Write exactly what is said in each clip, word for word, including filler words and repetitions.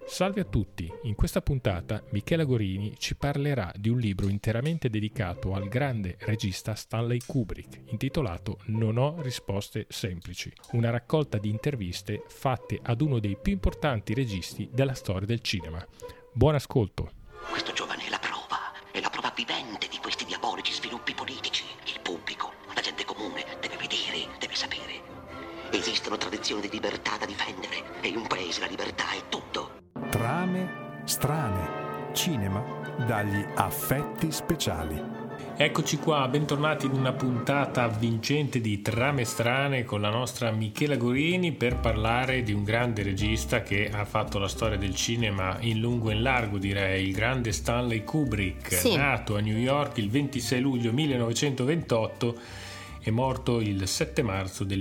Salve a tutti, in questa puntata Michela Gorini ci parlerà di un libro interamente dedicato al grande regista Stanley Kubrick, intitolato Non ho risposte semplici, una raccolta di interviste fatte ad uno dei più importanti registi della storia del cinema. Buon ascolto. Questo giovane è la prova, è la prova vivente di questi diabolici sviluppi politici. Il pubblico, la gente comune, deve vedere, deve sapere. Esistono tradizioni di libertà da difendere e in un paese la libertà è tutto. Trame strane, cinema dagli affetti speciali. Eccoci qua, bentornati in una puntata avvincente di Trame strane con la nostra Michela Gorini per parlare di un grande regista che ha fatto la storia del cinema in lungo e in largo, direi, il grande Stanley Kubrick, sì. Nato a New York il ventisei luglio millenovecentoventotto è morto il sette marzo del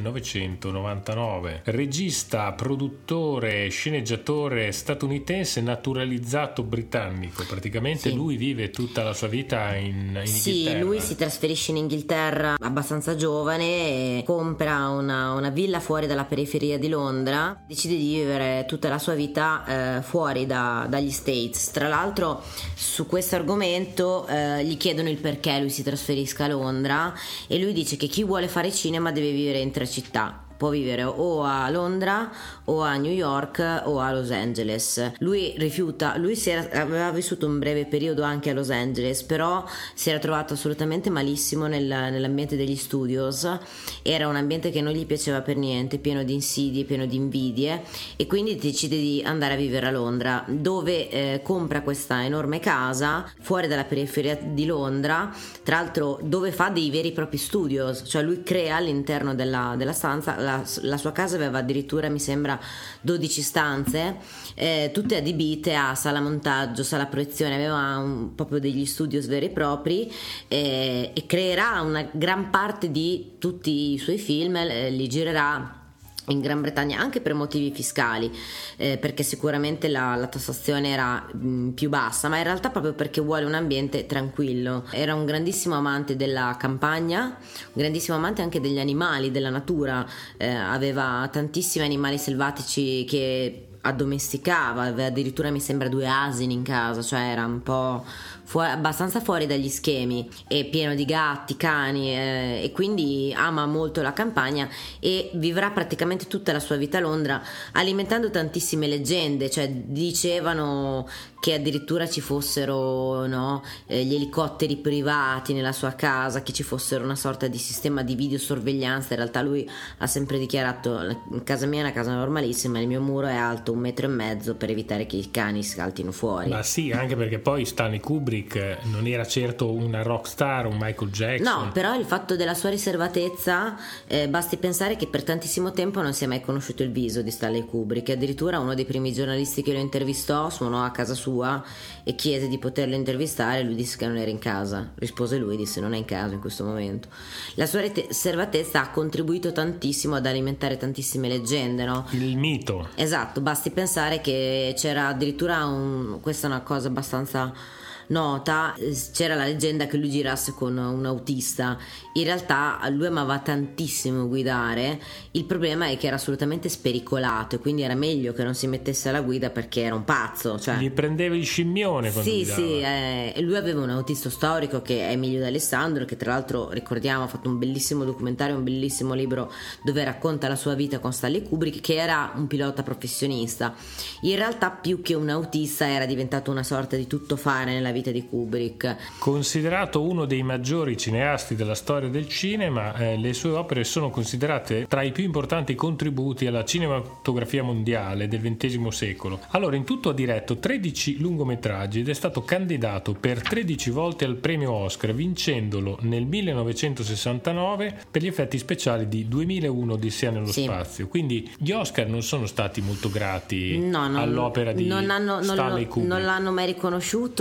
millenovecentonovantanove. Regista, produttore, sceneggiatore statunitense naturalizzato britannico. Praticamente sì. Lui vive tutta la sua vita in, in sì, Inghilterra. Sì, lui si trasferisce in Inghilterra abbastanza giovane e compra una, una villa fuori dalla periferia di Londra. Decide di vivere tutta la sua vita eh, fuori da, dagli States. Tra l'altro, su questo argomento eh, gli chiedono il perché lui si trasferisca a Londra e lui dice che chi vuole fare cinema deve vivere in tre città. Può vivere o a Londra o a New York o a Los Angeles. Lui rifiuta, lui si era, aveva vissuto un breve periodo anche a Los Angeles, però si era trovato assolutamente malissimo nel, nell'ambiente degli studios. Era un ambiente che non gli piaceva per niente, pieno di insidie, pieno di invidie, e quindi decide di andare a vivere a Londra, dove eh, compra questa enorme casa fuori dalla periferia di Londra, tra l'altro dove fa dei veri e propri studios, cioè lui crea all'interno della, della stanza la La, la sua casa aveva addirittura, mi sembra, dodici stanze, eh, tutte adibite a sala montaggio, sala proiezione. Aveva un, proprio degli studios veri e propri, eh, e creerà una gran parte di tutti i suoi film, eh, li girerà in Gran Bretagna anche per motivi fiscali, eh, perché sicuramente la, la tassazione era mh, più bassa, ma in realtà proprio perché vuole un ambiente tranquillo. Era un grandissimo amante della campagna, un grandissimo amante anche degli animali, della natura, eh, aveva tantissimi animali selvatici che addomesticava, aveva addirittura, mi sembra, due asini in casa, cioè era un po' fu- abbastanza fuori dagli schemi, e pieno di gatti, cani, eh, e quindi ama molto la campagna e vivrà praticamente tutta la sua vita a Londra, alimentando tantissime leggende. Cioè dicevano che addirittura ci fossero, no, eh, gli elicotteri privati nella sua casa, che ci fossero una sorta di sistema di videosorveglianza. In realtà lui ha sempre dichiarato: casa mia è una casa normalissima, il mio muro è alto un metro e mezzo per evitare che i cani saltino fuori. Ma sì, anche perché poi Stanley Kubrick non era certo una rock star, un Michael Jackson. No, però il fatto della sua riservatezza, eh, basti pensare che per tantissimo tempo non si è mai conosciuto il viso di Stanley Kubrick. Addirittura uno dei primi giornalisti che lo intervistò suonò a casa sua e chiese di poterlo intervistare. Lui disse che non era in casa. Rispose lui, disse: non è in casa in questo momento. La sua riservatezza ha contribuito tantissimo ad alimentare tantissime leggende, no? Il mito. Esatto, basti pensare che c'era addirittura un, questa è una cosa abbastanza nota, c'era la leggenda che lui girasse con un autista. In realtà lui amava tantissimo guidare, il problema è che era assolutamente spericolato e quindi era meglio che non si mettesse alla guida perché era un pazzo, cioè gli prendeva il scimmione quando sì guidava. sì eh, lui aveva un autista storico che è Emilio D'Alessandro, che tra l'altro ricordiamo ha fatto un bellissimo documentario, un bellissimo libro dove racconta la sua vita con Stanley Kubrick, che era un pilota professionista. In realtà più che un autista era diventato una sorta di tuttofare nella vita di Kubrick. Considerato uno dei maggiori cineasti della storia del cinema, eh, le sue opere sono considerate tra i più importanti contributi alla cinematografia mondiale del ventesimo secolo. Allora, in tutto ha diretto tredici lungometraggi ed è stato candidato per tredici volte al premio Oscar, vincendolo nel millenovecentosessantanove per gli effetti speciali di duemilauno Odissea nello sì. spazio. Quindi gli Oscar non sono stati molto grati no, non, all'opera di non hanno, Stanley non, Kubrick. Non l'hanno mai riconosciuto, non,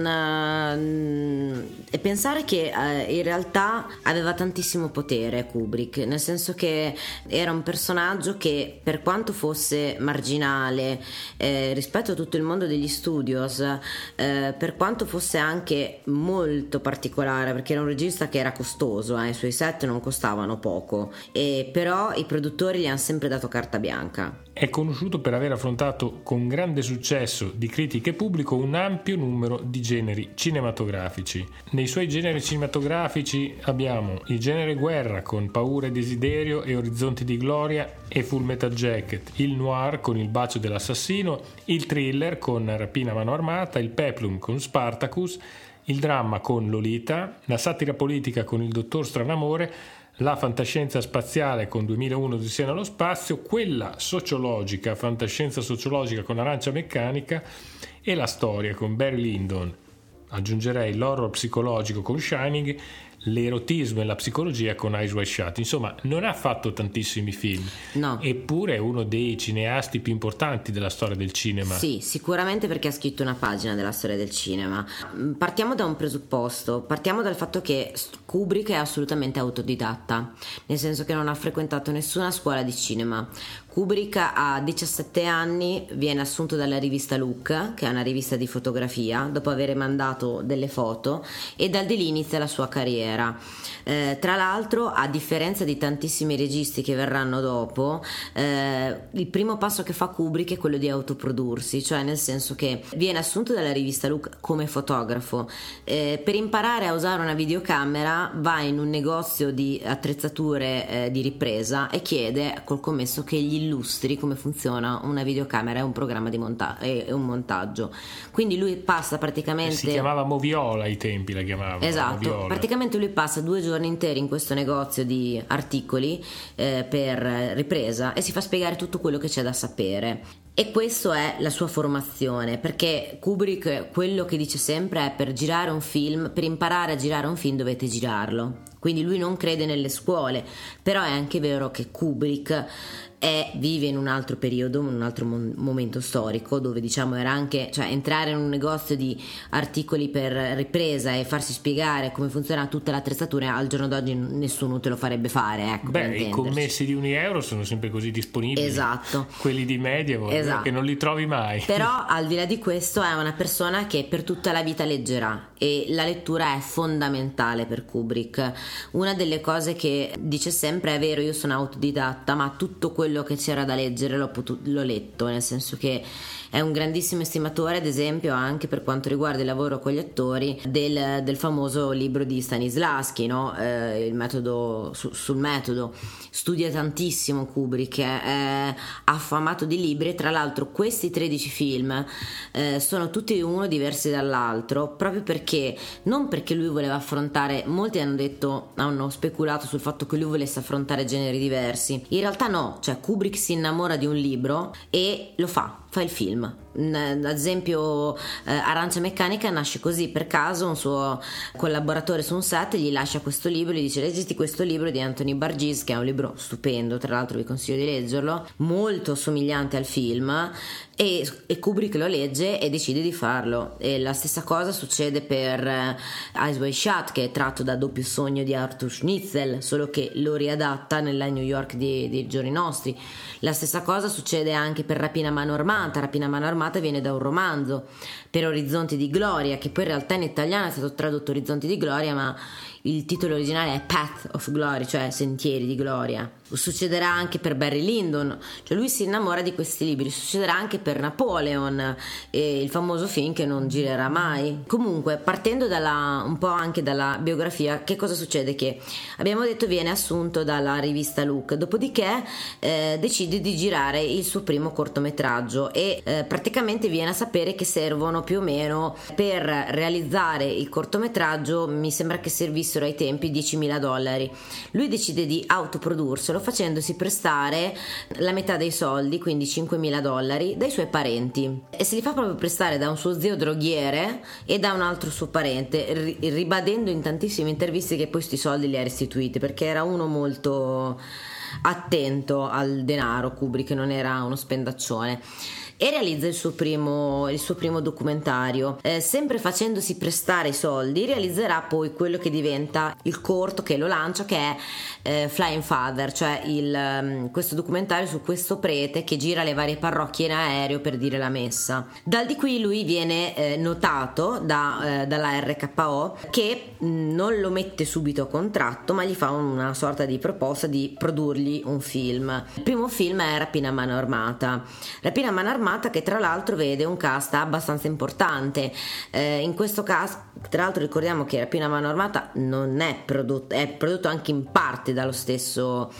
uh, e pensare che uh, in realtà aveva tantissimo potere Kubrick, nel senso che era un personaggio che, per quanto fosse marginale eh, rispetto a tutto il mondo degli studios, eh, per quanto fosse anche molto particolare, perché era un regista che era costoso, eh, i suoi set non costavano poco, e però i produttori gli hanno sempre dato carta bianca. È conosciuto per aver affrontato con grande successo di critica e pubblico un ampio numero di generi cinematografici. Nei suoi generi cinematografici abbiamo il genere guerra con Paura e desiderio e Orizzonti di gloria e Full Metal Jacket, il noir con Il bacio dell'assassino, il thriller con Rapina a mano armata, il peplum con Spartacus, il dramma con Lolita, la satira politica con Il dottor Stranamore, la fantascienza spaziale con duemilauno Odissea nello spazio, quella sociologica, fantascienza sociologica con Arancia meccanica, e la storia con Barry Lyndon. Aggiungerei l'horror psicologico con Shining, l'erotismo e la psicologia con Eyes Wide Shut. Insomma, non ha fatto tantissimi film, no. Eppure è uno dei cineasti più importanti della storia del cinema. Sì, sicuramente, perché ha scritto una pagina della storia del cinema. Partiamo da un presupposto, partiamo dal fatto che Kubrick è assolutamente autodidatta, nel senso che non ha frequentato nessuna scuola di cinema. Kubrick a diciassette anni viene assunto dalla rivista Look, che è una rivista di fotografia, dopo aver mandato delle foto, e da lì inizia la sua carriera. Eh, tra l'altro, a differenza di tantissimi registi che verranno dopo, eh, il primo passo che fa Kubrick è quello di autoprodursi, cioè nel senso che viene assunto dalla rivista Look come fotografo. Eh, per imparare a usare una videocamera va in un negozio di attrezzature eh, di ripresa e chiede col commesso che gli illustri come funziona una videocamera e un programma di monta- e un montaggio. Quindi lui passa praticamente, si chiamava Moviola ai tempi, la chiamava. Esatto, Moviola. Praticamente lui passa due giorni interi in questo negozio di articoli eh, per ripresa e si fa spiegare tutto quello che c'è da sapere. E questa è la sua formazione, perché Kubrick quello che dice sempre è: per girare un film, per imparare a girare un film dovete girarlo. Quindi lui non crede nelle scuole, però è anche vero che Kubrick è, vive in un altro periodo, in un altro mo- momento storico, dove diciamo era anche, cioè entrare in un negozio di articoli per ripresa e farsi spiegare come funziona tutta l'attrezzatura, al giorno d'oggi nessuno te lo farebbe fare, ecco. Beh, i commessi di un euro sono sempre così disponibili, esatto, quelli di Medieval, esatto, che non li trovi mai. Però al di là di questo è una persona che per tutta la vita leggerà, e la lettura è fondamentale per Kubrick. Una delle cose che dice sempre è: vero, io sono autodidatta, ma tutto quello che c'era da leggere l'ho, potuto, l'ho letto, nel senso che è un grandissimo estimatore, ad esempio, anche per quanto riguarda il lavoro con gli attori, del, del famoso libro di Stanislavski, no? Eh, il metodo su, sul metodo. Studia tantissimo Kubrick, è affamato di libri, e tra l'altro questi tredici film eh, sono tutti uno diversi dall'altro, proprio perché, non perché lui voleva affrontare, molti hanno detto, hanno speculato sul fatto che lui volesse affrontare generi diversi, in realtà no, cioè Kubrick si innamora di un libro e lo fa, fa il film. Ad esempio eh, Arancia meccanica nasce così, per caso un suo collaboratore su un set gli lascia questo libro e gli dice: leggiti questo libro di Anthony Burgess, che è un libro stupendo, tra l'altro vi consiglio di leggerlo, molto somigliante al film, e, e Kubrick lo legge e decide di farlo. E la stessa cosa succede per eh, Eyes Wide Shut, che è tratto da Doppio sogno di Arthur Schnitzel, solo che lo riadatta nella New York di, dei giorni nostri. La stessa cosa succede anche per Rapina a mano armata. Rapina a mano armata viene da un romanzo, per Orizzonti di gloria, che poi in realtà in italiano è stato tradotto Orizzonti di gloria, ma il titolo originale è Path of Glory, cioè Sentieri di gloria. Succederà anche per Barry Lyndon, cioè lui si innamora di questi libri. Succederà anche per Napoleon, e il famoso film che non girerà mai. Comunque, partendo dalla, un po' anche dalla biografia, che cosa succede? Che abbiamo detto viene assunto dalla rivista Look, dopodiché eh, decide di girare il suo primo cortometraggio, e eh, praticamente viene a sapere che servono più o meno, per realizzare il cortometraggio, mi sembra che servissero ai tempi diecimila dollari. Lui decide di autoprodurselo, facendosi prestare la metà dei soldi, quindi cinquemila dollari, dai suoi parenti, e se li fa proprio prestare da un suo zio droghiere e da un altro suo parente, ribadendo in tantissime interviste che poi sti soldi li ha restituiti, perché era uno molto attento al denaro, Kubrick non era uno spendaccione. e realizza il suo primo, il suo primo documentario. Eh, sempre facendosi prestare i soldi, realizzerà poi quello che diventa il corto che lo lancia, che è eh, Flying Father, cioè il, um, questo documentario su questo prete che gira le varie parrocchie in aereo per dire la messa. Dal di qui lui viene eh, notato da, eh, dalla R K O, che mh, non lo mette subito a contratto, ma gli fa una sorta di proposta di produrgli un film. Il primo film è Rapina a mano armata. Rapina a mano armata, che tra l'altro vede un cast abbastanza importante. Eh, in questo cast, tra l'altro, ricordiamo che Rapina a mano armata non è prodotto, è prodotto anche in parte dallo stesso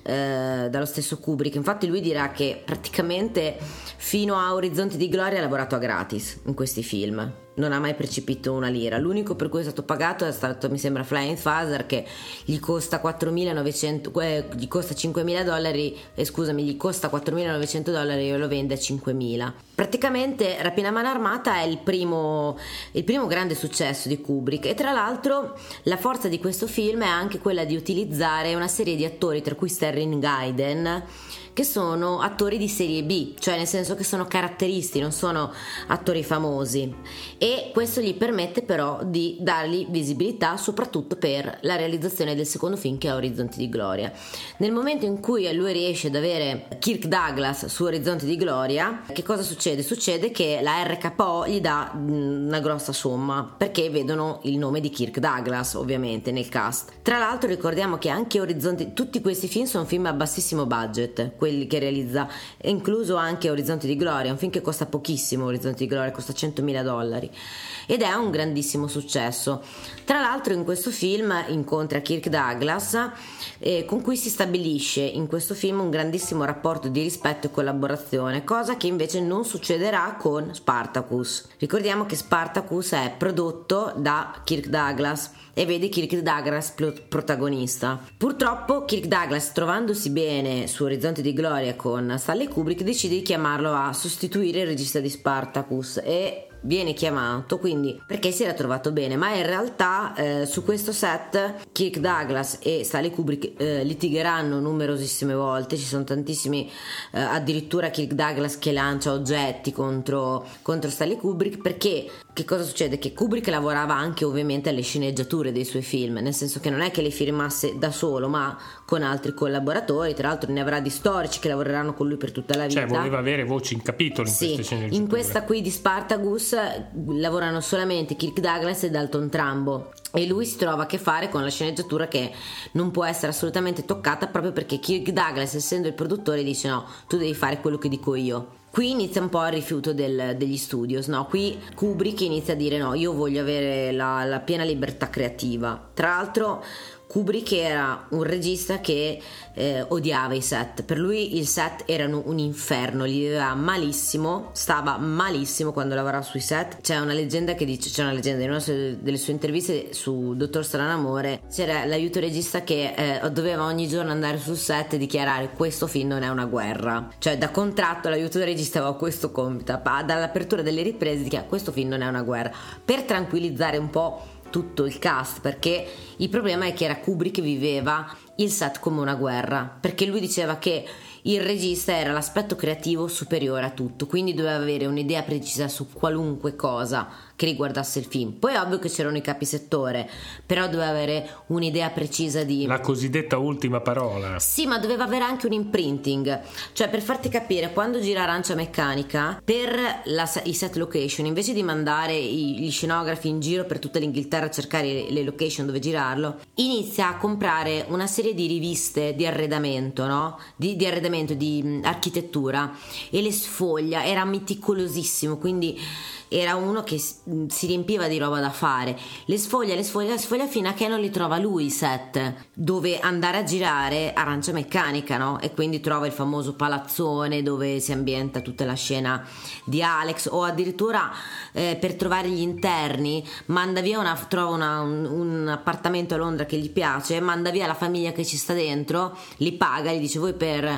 eh, dallo stesso Kubrick. Infatti lui dirà che praticamente fino a Orizzonti di Gloria ha lavorato a gratis in questi film, non ha mai percepito una lira. L'unico per cui è stato pagato è stato, mi sembra, Flying Father, che gli costa quattromilanovecento, eh, gli costa cinquemila dollari, eh, scusami, gli costa quattromilanovecento dollari e lo vende a cinquemila. Praticamente Rapina a mano armata è il primo, il primo grande successo di Kubrick, e tra l'altro la forza di questo film è anche quella di utilizzare una serie di attori, tra cui Sterling Gaiden, che sono attori di serie B, cioè nel senso che sono caratteristi, non sono attori famosi, e questo gli permette però di dargli visibilità soprattutto per la realizzazione del secondo film, che è Orizzonti di Gloria. Nel momento in cui lui riesce ad avere Kirk Douglas su Orizzonti di Gloria, che cosa succede? Succede che la R K O gli dà una grossa somma, perché vedono il nome di Kirk Douglas ovviamente nel cast. Tra l'altro ricordiamo che anche Orizzonti, tutti questi film sono film a bassissimo budget, quelli che realizza, incluso anche Orizzonti di Gloria, un film che costa pochissimo. Orizzonti di Gloria costa centomila dollari ed è un grandissimo successo. Tra l'altro in questo film incontra Kirk Douglas, eh, con cui si stabilisce in questo film un grandissimo rapporto di rispetto e collaborazione, cosa che invece non succederà con Spartacus. Ricordiamo che Spartacus è prodotto da Kirk Douglas e vede Kirk Douglas protagonista. Purtroppo Kirk Douglas, trovandosi bene su Orizzonti di Gloria con Stanley Kubrick, decide di chiamarlo a sostituire il regista di Spartacus, e viene chiamato quindi perché si era trovato bene, ma in realtà eh, su questo set Kirk Douglas e Stanley Kubrick eh, litigheranno numerosissime volte. Ci sono tantissimi, eh, addirittura Kirk Douglas che lancia oggetti contro, contro Stanley Kubrick, perché che cosa succede? Che Kubrick lavorava anche ovviamente alle sceneggiature dei suoi film, nel senso che non è che le firmasse da solo, ma con altri collaboratori. Tra l'altro ne avrà di storici che lavoreranno con lui per tutta la vita, cioè voleva avere voci in capitolo in sì, queste sceneggiature. In questa qui di Spartacus lavorano solamente Kirk Douglas e Dalton Trumbo, e lui si trova a che fare con la sceneggiatura che non può essere assolutamente toccata, proprio perché Kirk Douglas, essendo il produttore, dice no, tu devi fare quello che dico io. Qui inizia un po' il rifiuto del, degli studios, no? Qui Kubrick inizia a dire no, io voglio avere la, la piena libertà creativa. Tra l'altro Kubrick era un regista che eh, odiava i set. Per lui il set erano un inferno, gli viveva malissimo, stava malissimo quando lavorava sui set. C'è una leggenda che dice, c'è una leggenda in una delle sue interviste su Dottor Stranamore, c'era l'aiuto regista che eh, doveva ogni giorno andare sul set e dichiarare questo film non è una guerra, cioè da contratto l'aiuto regista aveva questo compito, dall'apertura delle riprese dichiara questo film non è una guerra, per tranquillizzare un po' tutto il cast, perché il problema è che era Kubrick che viveva il set come una guerra, perché lui diceva che il regista era l'aspetto creativo superiore a tutto, quindi doveva avere un'idea precisa su qualunque cosa che riguardasse il film. Poi è ovvio che c'erano i capisettore, però doveva avere un'idea precisa di... la cosiddetta ultima parola. Sì, ma doveva avere anche un imprinting, cioè per farti capire, quando gira Arancia Meccanica, per la, i set location, invece di mandare i, gli scenografi in giro per tutta l'Inghilterra a cercare le location dove girarlo, inizia a comprare una serie di riviste di arredamento, no? Di, di arredamento, di mh, architettura, e le sfoglia, era meticolosissimo, quindi era uno che si riempiva di roba da fare, le sfoglia, le sfoglia, le sfoglia fino a che non li trova lui i set dove andare a girare Arancia Meccanica, no? E quindi trova il famoso palazzone dove si ambienta tutta la scena di Alex, o addirittura eh, per trovare gli interni manda via una, trova una, un, un appartamento a Londra che gli piace, manda via la famiglia che ci sta dentro, li paga, gli dice voi per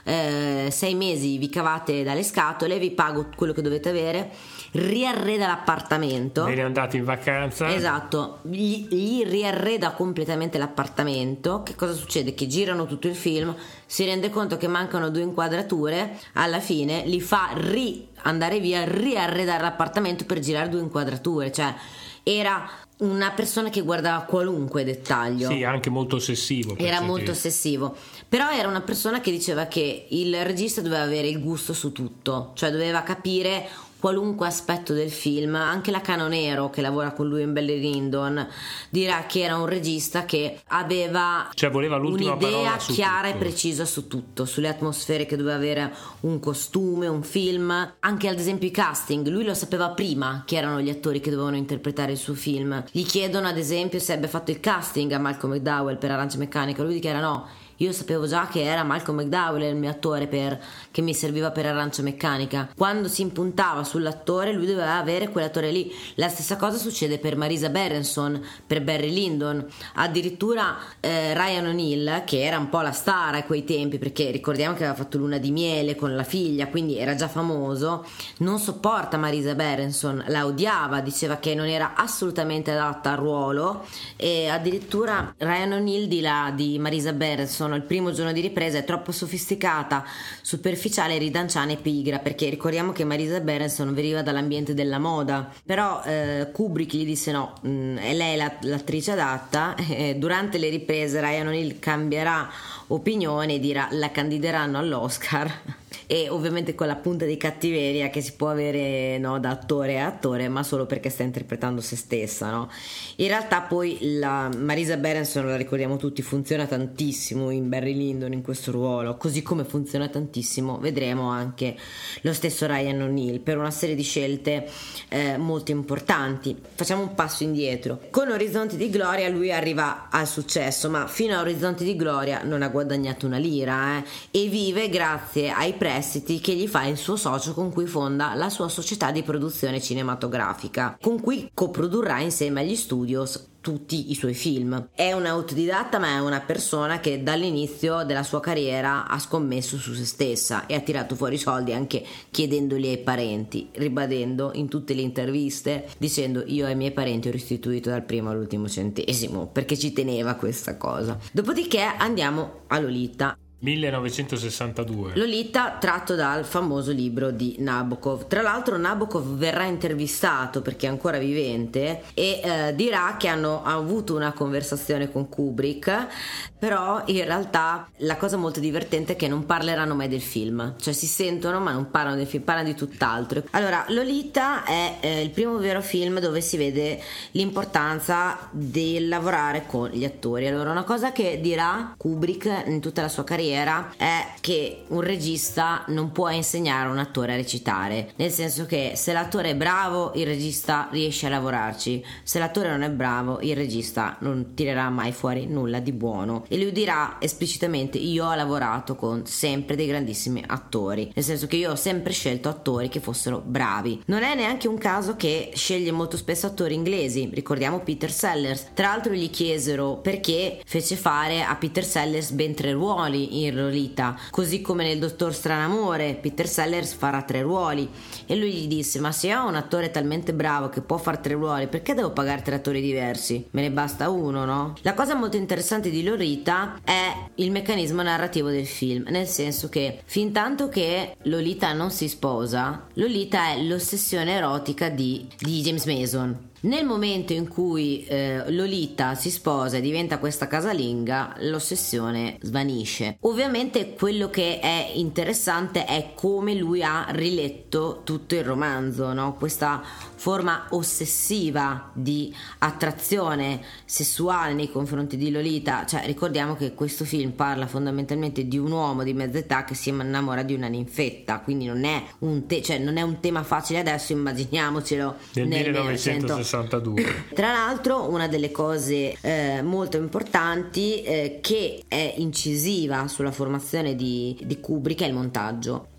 eh, sei mesi vi cavate dalle scatole, vi pago quello che dovete avere, riarreda l'appartamento. Ve ne andate in vacanza. Esatto, gli, gli riarreda completamente l'appartamento. Che cosa succede? Che girano tutto il film, si rende conto che mancano due inquadrature, alla fine li fa ri andare via, riarredare l'appartamento per girare due inquadrature. Cioè era una persona che guardava qualunque dettaglio. Sì, anche molto ossessivo. Era molto ossessivo. Però era una persona che diceva che il regista doveva avere il gusto su tutto, cioè doveva capire qualunque aspetto del film. Anche la Canonero, che lavora con lui in Barry Lyndon, dirà che era un regista che aveva, cioè voleva l'ultima un'idea chiara tutto. e precisa su tutto, sulle atmosfere che doveva avere un costume, un film, anche ad esempio i casting. Lui lo sapeva prima chi erano gli attori che dovevano interpretare il suo film. Gli chiedono ad esempio se abbia fatto il casting a Malcolm McDowell per Arancia Meccanica, lui dichiara no, io sapevo già che era Malcolm McDowell il mio attore per, che mi serviva per Arancia Meccanica. Quando si impuntava sull'attore lui doveva avere quell'attore lì. La stessa cosa succede per Marisa Berenson, per Barry Lyndon. Addirittura eh, Ryan O'Neal, che era un po' la star a quei tempi, perché ricordiamo che aveva fatto Luna di miele con la figlia, quindi era già famoso, non sopporta Marisa Berenson, la odiava, diceva che non era assolutamente adatta al ruolo. E addirittura Ryan O'Neal di, la, di Marisa Berenson il primo giorno di ripresa è troppo sofisticata, superficiale, ridanciana e pigra, perché ricordiamo che Marisa Berenson veniva dall'ambiente della moda. Però eh, Kubrick gli disse no, mh, è lei la, l'attrice adatta. E durante le riprese Ryan O'Neal cambierà opinione e dirà la candideranno all'Oscar. E ovviamente con la punta di cattiveria che si può avere, no, da attore a attore, ma solo perché sta interpretando se stessa, no? In realtà poi la Marisa Berenson, la ricordiamo tutti, funziona tantissimo in Barry Lyndon in questo ruolo, così come funziona tantissimo, vedremo, anche lo stesso Ryan O'Neal, per una serie di scelte eh, molto importanti. Facciamo un passo indietro. Con Orizzonti di Gloria lui arriva al successo, ma fino a Orizzonti di Gloria non ha guadagnato una lira, eh, e vive grazie ai prestiti che gli fa il suo socio, con cui fonda la sua società di produzione cinematografica, con cui coprodurrà insieme agli studios tutti i suoi film. È un autodidatta, ma è una persona che dall'inizio della sua carriera ha scommesso su se stessa e ha tirato fuori soldi anche chiedendoli ai parenti, ribadendo in tutte le interviste, dicendo io ai miei parenti ho restituito dal primo all'ultimo centesimo, perché ci teneva a questa cosa. Dopodiché andiamo a Lolita. millenovecentosessantadue. Lolita, tratto dal famoso libro di Nabokov. Tra l'altro Nabokov verrà intervistato, perché è ancora vivente, e eh, dirà che hanno avuto una conversazione con Kubrick, però in realtà la cosa molto divertente è che non parleranno mai del film, cioè si sentono ma non parlano del film, parlano di tutt'altro. Allora, Lolita è eh, il primo vero film dove si vede l'importanza del lavorare con gli attori. Allora, una cosa che dirà Kubrick in tutta la sua carriera è che un regista non può insegnare a un attore a recitare, nel senso che se l'attore è bravo il regista riesce a lavorarci, se l'attore non è bravo il regista non tirerà mai fuori nulla di buono. E lui dirà esplicitamente io ho lavorato con sempre dei grandissimi attori, nel senso che io ho sempre scelto attori che fossero bravi. Non è neanche un caso che sceglie molto spesso attori inglesi, ricordiamo Peter Sellers. Tra l'altro gli chiesero perché fece fare a Peter Sellers ben tre ruoli in Lolita, così come nel Dottor Stranamore Peter Sellers farà tre ruoli, e lui gli disse ma se ho un attore talmente bravo che può fare tre ruoli, perché devo pagare tre attori diversi? Me ne basta uno, no? La cosa molto interessante di Lolita è il meccanismo narrativo del film, nel senso che fin tanto che Lolita non si sposa, Lolita è l'ossessione erotica di, di James Mason. Nel momento in cui eh, Lolita si sposa e diventa questa casalinga, l'ossessione svanisce. Ovviamente quello che è interessante è come lui ha riletto tutto il romanzo, no? Questa forma ossessiva di attrazione sessuale nei confronti di Lolita. Cioè, ricordiamo che questo film parla fondamentalmente di un uomo di mezza età che si innamora di una ninfetta, quindi non è un, te- cioè non è un tema facile adesso, immaginiamocelo nel nel millenovecentosessantadue. Tra l'altro, una delle cose eh, molto importanti eh, che è incisiva sulla formazione di, di Kubrick è il montaggio.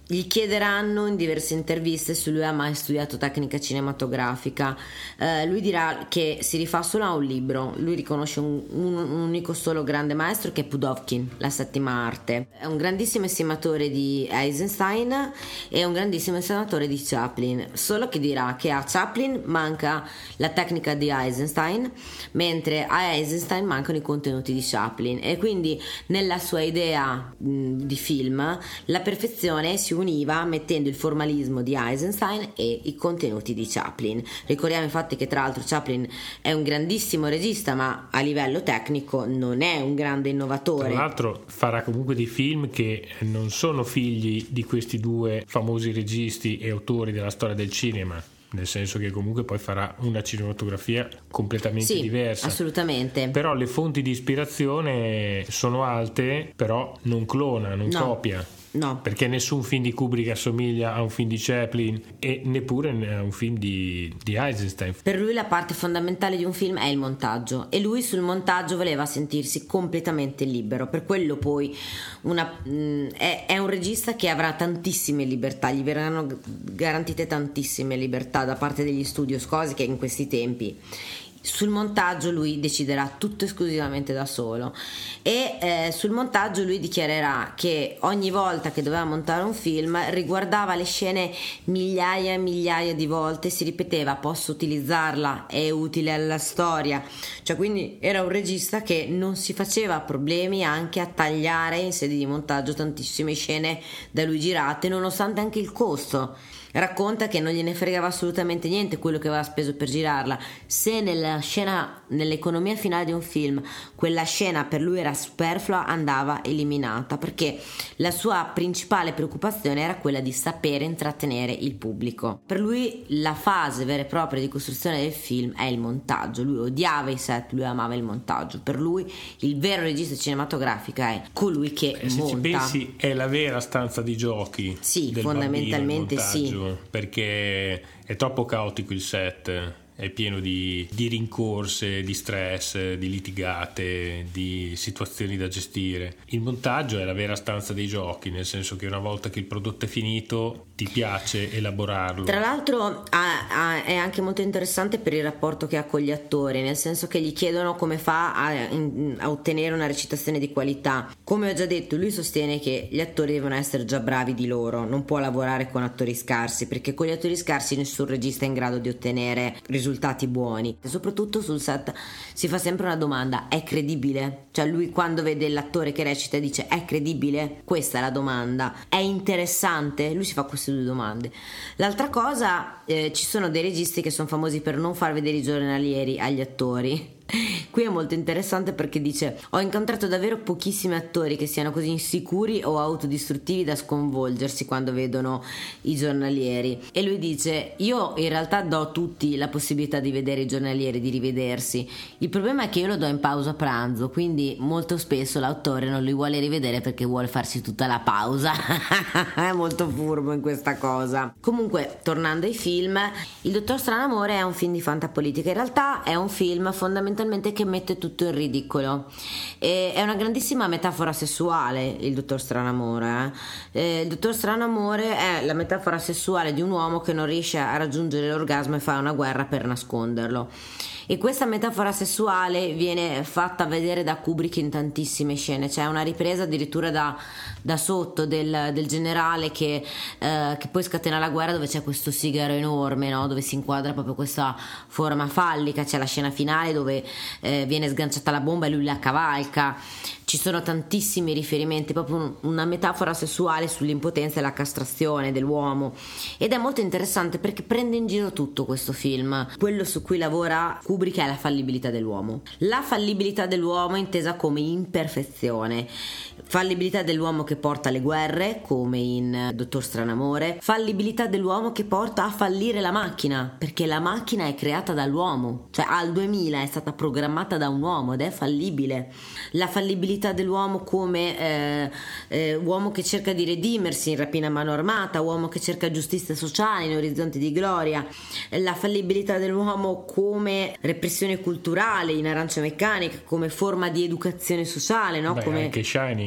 gli chiederanno in diverse interviste se lui ha mai studiato tecnica cinematografica. Eh, lui dirà che si rifà solo a un libro. Lui riconosce un, un, un unico solo grande maestro, che è Pudovkin, La settima arte. È un grandissimo estimatore di Eisenstein e un grandissimo estimatore di Chaplin, solo che dirà che a Chaplin manca la tecnica di Eisenstein, mentre a Eisenstein mancano i contenuti di Chaplin, e quindi nella sua idea mh, di film la perfezione si univa mettendo il formalismo di Eisenstein e i contenuti di Chaplin. Ricordiamo infatti che tra l'altro Chaplin è un grandissimo regista, ma a livello tecnico non è un grande innovatore. Tra l'altro farà comunque dei film che non sono figli di questi due famosi registi e autori della storia del cinema, nel senso che comunque poi farà una cinematografia completamente sì, diversa. Assolutamente. Però le fonti di ispirazione sono alte, però non clona, non no. copia. No. Perché nessun film di Kubrick assomiglia a un film di Chaplin e neppure a un film di, di Eisenstein. Per lui la parte fondamentale di un film è il montaggio, e lui sul montaggio voleva sentirsi completamente libero. Per quello poi una, mh, è, è un regista che avrà tantissime libertà, gli verranno garantite tantissime libertà da parte degli studios, cose che in questi tempi sul montaggio lui deciderà tutto esclusivamente da solo, e eh, sul montaggio lui dichiarerà che ogni volta che doveva montare un film riguardava le scene migliaia e migliaia di volte, si ripeteva: posso utilizzarla, è utile alla storia. Cioè, quindi era un regista che non si faceva problemi anche a tagliare in sede di montaggio tantissime scene da lui girate, nonostante anche il costo. Racconta che non gliene fregava assolutamente niente quello che aveva speso per girarla. Se nella scena, nell'economia finale di un film, quella scena per lui era superflua, andava eliminata, perché la sua principale preoccupazione era quella di sapere intrattenere il pubblico. Per lui la fase vera e propria di costruzione del film è il montaggio. Lui odiava i set, lui amava il montaggio. Per lui il vero regista cinematografico è colui che eh, se monta. ci pensi è la vera stanza di giochi. Sì, del fondamentalmente bambino, sì. Perché è troppo caotico il set, è pieno di, di rincorse, di stress, di litigate, di situazioni da gestire. Il montaggio è la vera stanza dei giochi, nel senso che una volta che il prodotto è finito ti piace elaborarlo. Tra l'altro ha, ha, è anche molto interessante per il rapporto che ha con gli attori, nel senso che gli chiedono come fa a, in, a ottenere una recitazione di qualità. Come ho già detto, lui sostiene che gli attori devono essere già bravi di loro, non può lavorare con attori scarsi, perché con gli attori scarsi nessun regista è in grado di ottenere risultati buoni. E soprattutto sul set si fa sempre una domanda: è credibile? Cioè lui quando vede l'attore che recita dice: è credibile? Questa è la domanda. È interessante? Lui si fa queste due domande. L'altra cosa, eh, ci sono dei registi che sono famosi per non far vedere i giornalieri agli attori. Qui è molto interessante perché dice: ho incontrato davvero pochissimi attori che siano così insicuri o autodistruttivi da sconvolgersi quando vedono i giornalieri. E lui dice: io in realtà do a tutti la possibilità di vedere i giornalieri, di rivedersi. Il problema è che io lo do in pausa pranzo, quindi molto spesso l'autore non li vuole rivedere perché vuole farsi tutta la pausa. È molto furbo in questa cosa. Comunque, tornando ai film, Il Dottor Stranamore è un film di fantapolitica. In realtà è un film fondamentalmente che mette tutto in ridicolo, e è una grandissima metafora sessuale il Dottor Stranamore. eh. Eh, il Dottor Stranamore è la metafora sessuale di un uomo che non riesce a raggiungere l'orgasmo e fa una guerra per nasconderlo. E questa metafora sessuale viene fatta vedere da Kubrick in tantissime scene. C'è una ripresa addirittura da, da sotto del, del generale che, eh, che poi scatena la guerra, dove c'è questo sigaro enorme, no? Dove si inquadra proprio questa forma fallica. C'è la scena finale dove eh, viene sganciata la bomba e lui la cavalca. Ci sono tantissimi riferimenti, proprio una metafora sessuale sull'impotenza e la castrazione dell'uomo, ed è molto interessante perché prende in giro tutto questo film. Quello su cui lavora Kubrick è la fallibilità dell'uomo. La fallibilità dell'uomo intesa come imperfezione, fallibilità dell'uomo che porta alle guerre, come in Dottor Stranamore, fallibilità dell'uomo che porta a fallire la macchina, perché la macchina è creata dall'uomo, cioè al duemila è stata programmata da un uomo ed è fallibile. La fallibilità dell'uomo come eh, eh, uomo che cerca di redimersi in Rapina a mano armata, uomo che cerca giustizia sociale in Orizzonti di gloria. La fallibilità dell'uomo come repressione culturale in Arancia Meccanica, come forma di educazione sociale, no? Beh, come anche Shining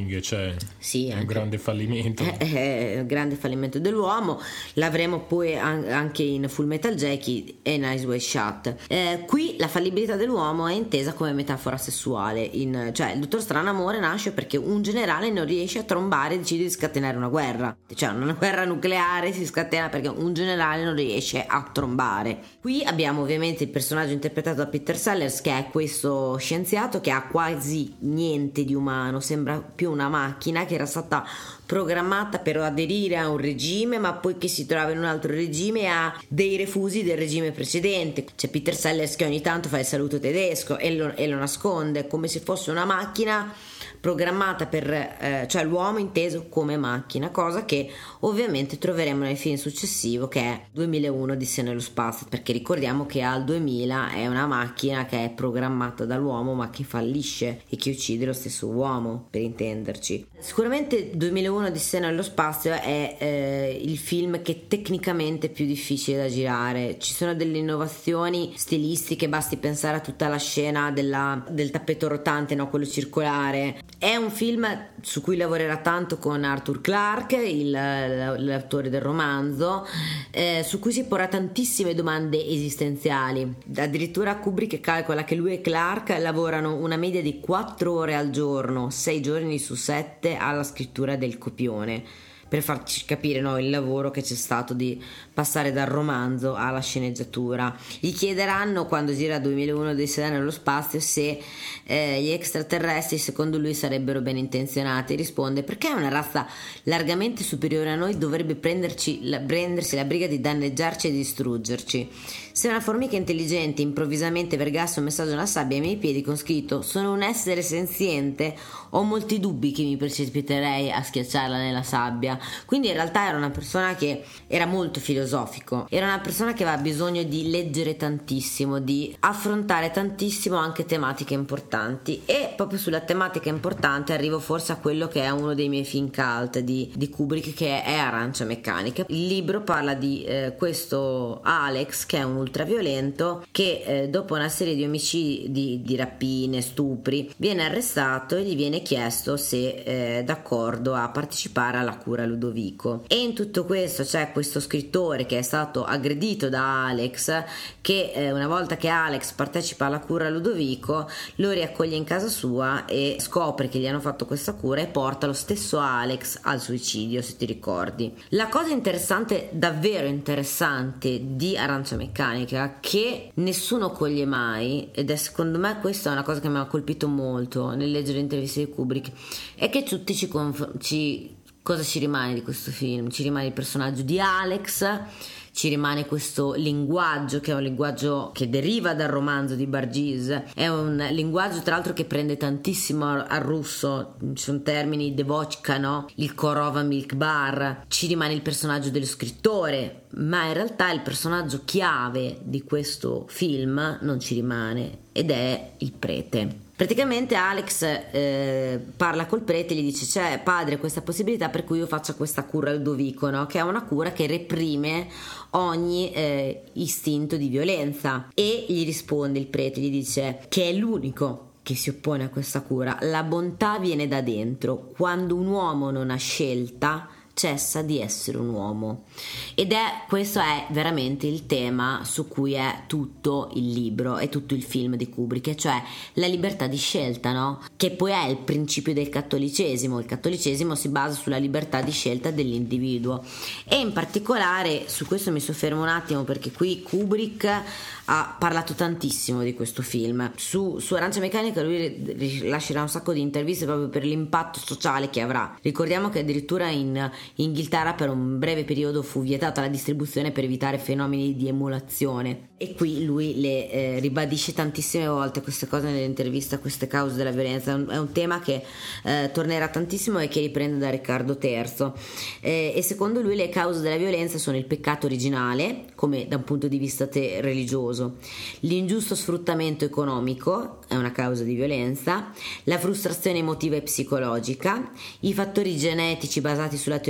Ring, cioè sì, è anche, un grande fallimento. È, è un grande fallimento dell'uomo. L'avremo poi anche in Full Metal Jacket e Nice Way Shut. Eh, qui la fallibilità dell'uomo è intesa come metafora sessuale, in, cioè il dottor Stranamore nasce perché un generale non riesce a trombare e decide di scatenare una guerra, cioè una guerra nucleare si scatena perché un generale non riesce a trombare. Qui abbiamo ovviamente il personaggio interpretato da Peter Sellers, che è questo scienziato che ha quasi niente di umano, sembra più una macchina che era stata programmata per aderire a un regime, ma poi che si trova in un altro regime e ha dei refusi del regime precedente. C'è Peter Sellers che ogni tanto fa il saluto tedesco e lo, e lo nasconde come se fosse una macchina programmata per eh, cioè l'uomo inteso come macchina, cosa che ovviamente troveremo nel film successivo, che è duemilauno Odissea nello spazio, perché ricordiamo che al duemila è una macchina che è programmata dall'uomo ma che fallisce e che uccide lo stesso uomo, per intenderci. Sicuramente duemilauno Odissea nello spazio è eh, il film che tecnicamente è più difficile da girare. Ci sono delle innovazioni stilistiche, basti pensare a tutta la scena della, del tappeto rotante, no? Quello circolare. È un film su cui lavorerà tanto con Arthur Clarke, il, l'autore del romanzo, eh, su cui si porrà tantissime domande esistenziali. Addirittura Kubrick calcola che lui e Clarke lavorano una media di quattro ore al giorno, sei giorni su sette, alla scrittura del copione, per farci capire, no, il lavoro che c'è stato di passare dal romanzo alla sceneggiatura. Gli chiederanno, quando gira duemilauno Odissea nello spazio, se eh, gli extraterrestri secondo lui sarebbero ben intenzionati. Risponde: perché una razza largamente superiore a noi dovrebbe prenderci la, prendersi la briga di danneggiarci e distruggerci? Se una formica intelligente improvvisamente vergasse un messaggio nella sabbia ai miei piedi con scritto "sono un essere senziente", ho molti dubbi che mi precipiterei a schiacciarla nella sabbia. Quindi in realtà era una persona che era molto filosofico, era una persona che aveva bisogno di leggere tantissimo, di affrontare tantissimo anche tematiche importanti. E proprio sulla tematica importante arrivo forse a quello che è uno dei miei film cult di, di Kubrick, che è Arancia Meccanica. Il libro parla di eh, questo Alex, che è un ultraviolento, che eh, dopo una serie di omicidi, di, di rapine, stupri, viene arrestato e gli viene chiesto se è d'accordo a partecipare alla cura Ludovico. E in tutto questo c'è questo scrittore che è stato aggredito da Alex, che eh, una volta che Alex partecipa alla cura Ludovico lo riaccoglie in casa sua e scopre che gli hanno fatto questa cura e porta lo stesso Alex al suicidio, se ti ricordi. La cosa interessante, davvero interessante, di Arancia Meccanica, che nessuno coglie mai, ed è secondo me questa è una cosa che mi ha colpito molto nel leggere interviste di Kubrick, è che tutti ci, conf- ci cosa ci rimane di questo film? Ci rimane il personaggio di Alex, ci rimane questo linguaggio che è un linguaggio che deriva dal romanzo di Bargies, è un linguaggio tra l'altro che prende tantissimo al russo, ci sono termini devochka, no? Il Korova Milk Bar. Ci rimane il personaggio dello scrittore, ma in realtà il personaggio chiave di questo film non ci rimane, ed è il prete. Praticamente Alex eh, parla col prete e gli dice: c'è padre questa possibilità per cui io faccia questa cura Ludovico, no? Che è una cura che reprime ogni eh, istinto di violenza. E gli risponde il prete, gli dice che è l'unico che si oppone a questa cura. La bontà viene da dentro. Quando un uomo non ha scelta, cessa di essere un uomo. Ed è questo è veramente il tema su cui è tutto il libro e tutto il film di Kubrick, cioè la libertà di scelta, no? Che poi è il principio del cattolicesimo. Il cattolicesimo si basa sulla libertà di scelta dell'individuo, e in particolare su questo mi soffermo un attimo, perché qui Kubrick ha parlato tantissimo di questo film. Su, su Arancia Meccanica lui rilascerà un sacco di interviste proprio per l'impatto sociale che avrà. Ricordiamo che addirittura in Inghilterra per un breve periodo fu vietata la distribuzione per evitare fenomeni di emulazione, e qui lui le eh, ribadisce tantissime volte queste cose nell'intervista, queste cause della violenza. È un, è un tema che eh, tornerà tantissimo e che riprende da Riccardo terzo, eh, e secondo lui le cause della violenza sono il peccato originale, come da un punto di vista te- religioso, l'ingiusto sfruttamento economico è una causa di violenza, la frustrazione emotiva e psicologica, i fattori genetici basati sulla teoria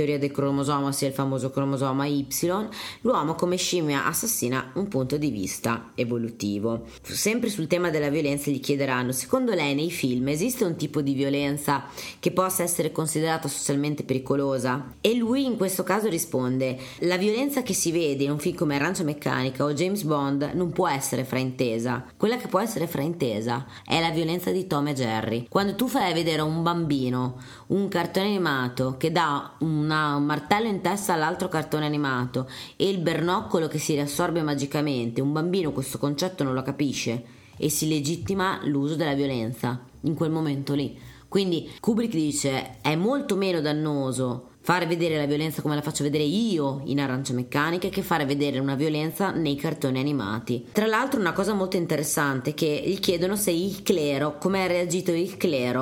teoria del cromosoma, sia il famoso cromosoma Y, l'uomo come scimmia assassina un punto di vista evolutivo. Sempre sul tema della violenza gli chiederanno: secondo lei nei film esiste un tipo di violenza che possa essere considerata socialmente pericolosa? E lui in questo caso risponde: la violenza che si vede in un film come Arancia Meccanica o James Bond non può essere fraintesa. Quella che può essere fraintesa è la violenza di Tom e Jerry. Quando tu fai vedere a un bambino un cartone animato che dà una, un martello in testa all'altro cartone animato e il bernoccolo che si riassorbe magicamente, un bambino questo concetto non lo capisce e si legittima l'uso della violenza in quel momento lì. Quindi Kubrick dice: è molto meno dannoso fare vedere la violenza come la faccio vedere io in Arancia Meccanica che fare vedere una violenza nei cartoni animati. Tra l'altro una cosa molto interessante è che gli chiedono se il clero, come ha reagito il clero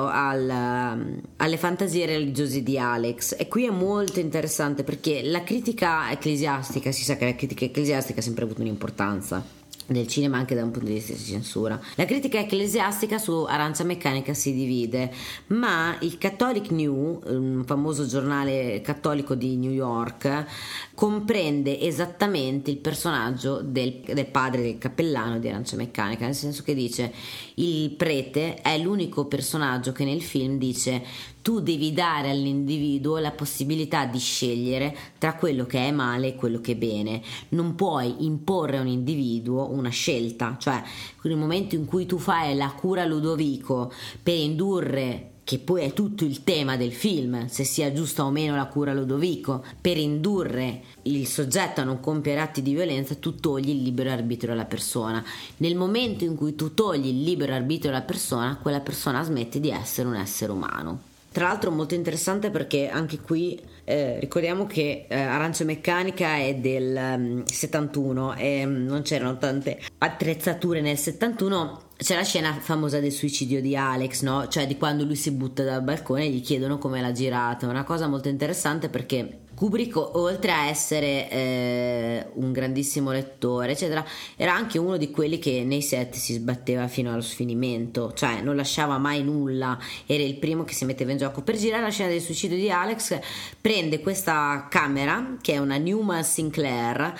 al, alle fantasie religiose di Alex, e qui è molto interessante perché la critica ecclesiastica, si sa che la critica ecclesiastica ha sempre avuto un'importanza nel cinema anche da un punto di vista di censura. La critica ecclesiastica su Arancia Meccanica si divide, ma il Catholic New, un famoso giornale cattolico di New York, comprende esattamente il personaggio del, del padre del cappellano di Arancia Meccanica, nel senso che dice: il prete è l'unico personaggio che nel film dice: tu devi dare all'individuo la possibilità di scegliere tra quello che è male e quello che è bene. Non puoi imporre a un individuo una scelta, cioè nel momento in cui tu fai la cura Ludovico per indurre, che poi è tutto il tema del film, se sia giusta o meno la cura Ludovico, per indurre il soggetto a non compiere atti di violenza, tu togli il libero arbitrio alla persona. Nel momento in cui tu togli il libero arbitrio alla persona, quella persona smette di essere un essere umano. Tra l'altro molto interessante perché anche qui eh, ricordiamo che eh, Arancia Meccanica è del um, settantuno e um, non c'erano tante attrezzature nel settantuno. C'è la scena famosa del suicidio di Alex, no? Cioè di quando lui si butta dal balcone e gli chiedono come l'ha girata. È una cosa molto interessante perché Kubrick, oltre a essere eh, un grandissimo lettore eccetera, era anche uno di quelli che nei set si sbatteva fino allo sfinimento, cioè non lasciava mai nulla, era il primo che si metteva in gioco. Per girare la scena del suicidio di Alex prende questa camera che è una Newman Sinclair,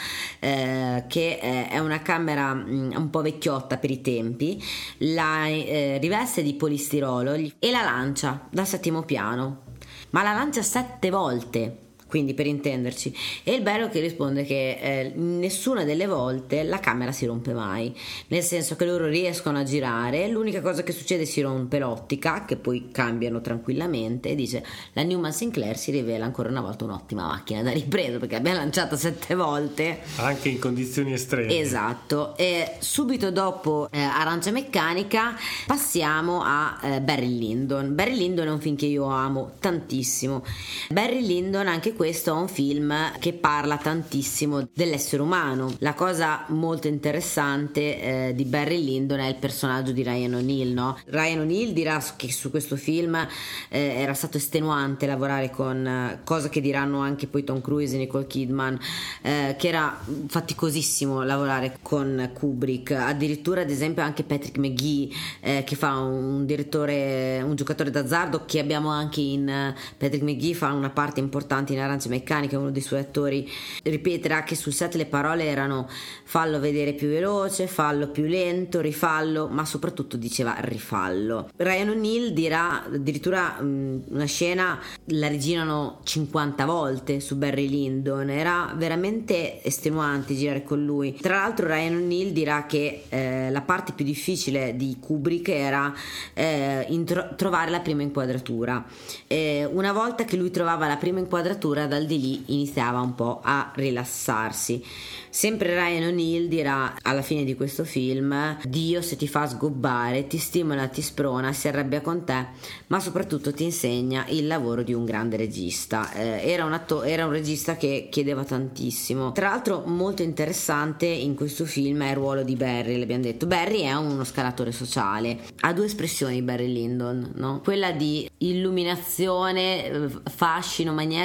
eh, che è una camera mh, un po' vecchiotta per i tempi, la eh, riveste di polistirolo e la lancia dal settimo piano, ma la lancia sette volte, quindi per intenderci. E il bello che risponde che eh, nessuna delle volte la camera si rompe mai, nel senso che loro riescono a girare, l'unica cosa che succede è si rompe l'ottica, che poi cambiano tranquillamente, e dice: la Newman Sinclair si rivela ancora una volta un'ottima macchina da ripresa perché abbiamo lanciato sette volte anche in condizioni estreme. Esatto. E subito dopo eh, Arancia Meccanica passiamo a eh, Barry Lyndon. Barry Lyndon è un film che io amo tantissimo. Barry Lyndon, anche questo è un film che parla tantissimo dell'essere umano. La cosa molto interessante eh, di Barry Lyndon è il personaggio di Ryan O'Neal, no? Ryan O'Neal dirà che su questo film eh, era stato estenuante lavorare con, eh, cosa che diranno anche poi Tom Cruise e Nicole Kidman, eh, che era faticosissimo lavorare con Kubrick. Addirittura, ad esempio, anche Patrick McGee, eh, che fa un direttore, un giocatore d'azzardo, che abbiamo anche in uh, Patrick McGee, fa una parte importante in Arancia Meccanica, uno dei suoi attori, ripeterà che sul set le parole erano: fallo vedere più veloce, fallo più lento, rifallo, ma soprattutto diceva rifallo. Ryan O'Neal dirà addirittura mh, una scena la rigirano cinquanta volte su Barry Lyndon, era veramente estenuante girare con lui. Tra l'altro Ryan O'Neal dirà che eh, la parte più difficile di Kubrick era eh, intro- trovare la prima inquadratura. Eh, una volta che lui trovava la prima inquadratura, dal di lì iniziava un po' a rilassarsi. Sempre Ryan O'Neal dirà alla fine di questo film: Dio, se ti fa sgobbare, ti stimola, ti sprona, si arrabbia con te, ma soprattutto ti insegna il lavoro di un grande regista. Eh, era, un atto- era un regista che chiedeva tantissimo. Tra l'altro molto interessante in questo film è il ruolo di Barry. L'abbiamo detto, Barry è uno scalatore sociale, ha due espressioni Barry Lyndon, no? Quella di illuminazione, fascino magnetico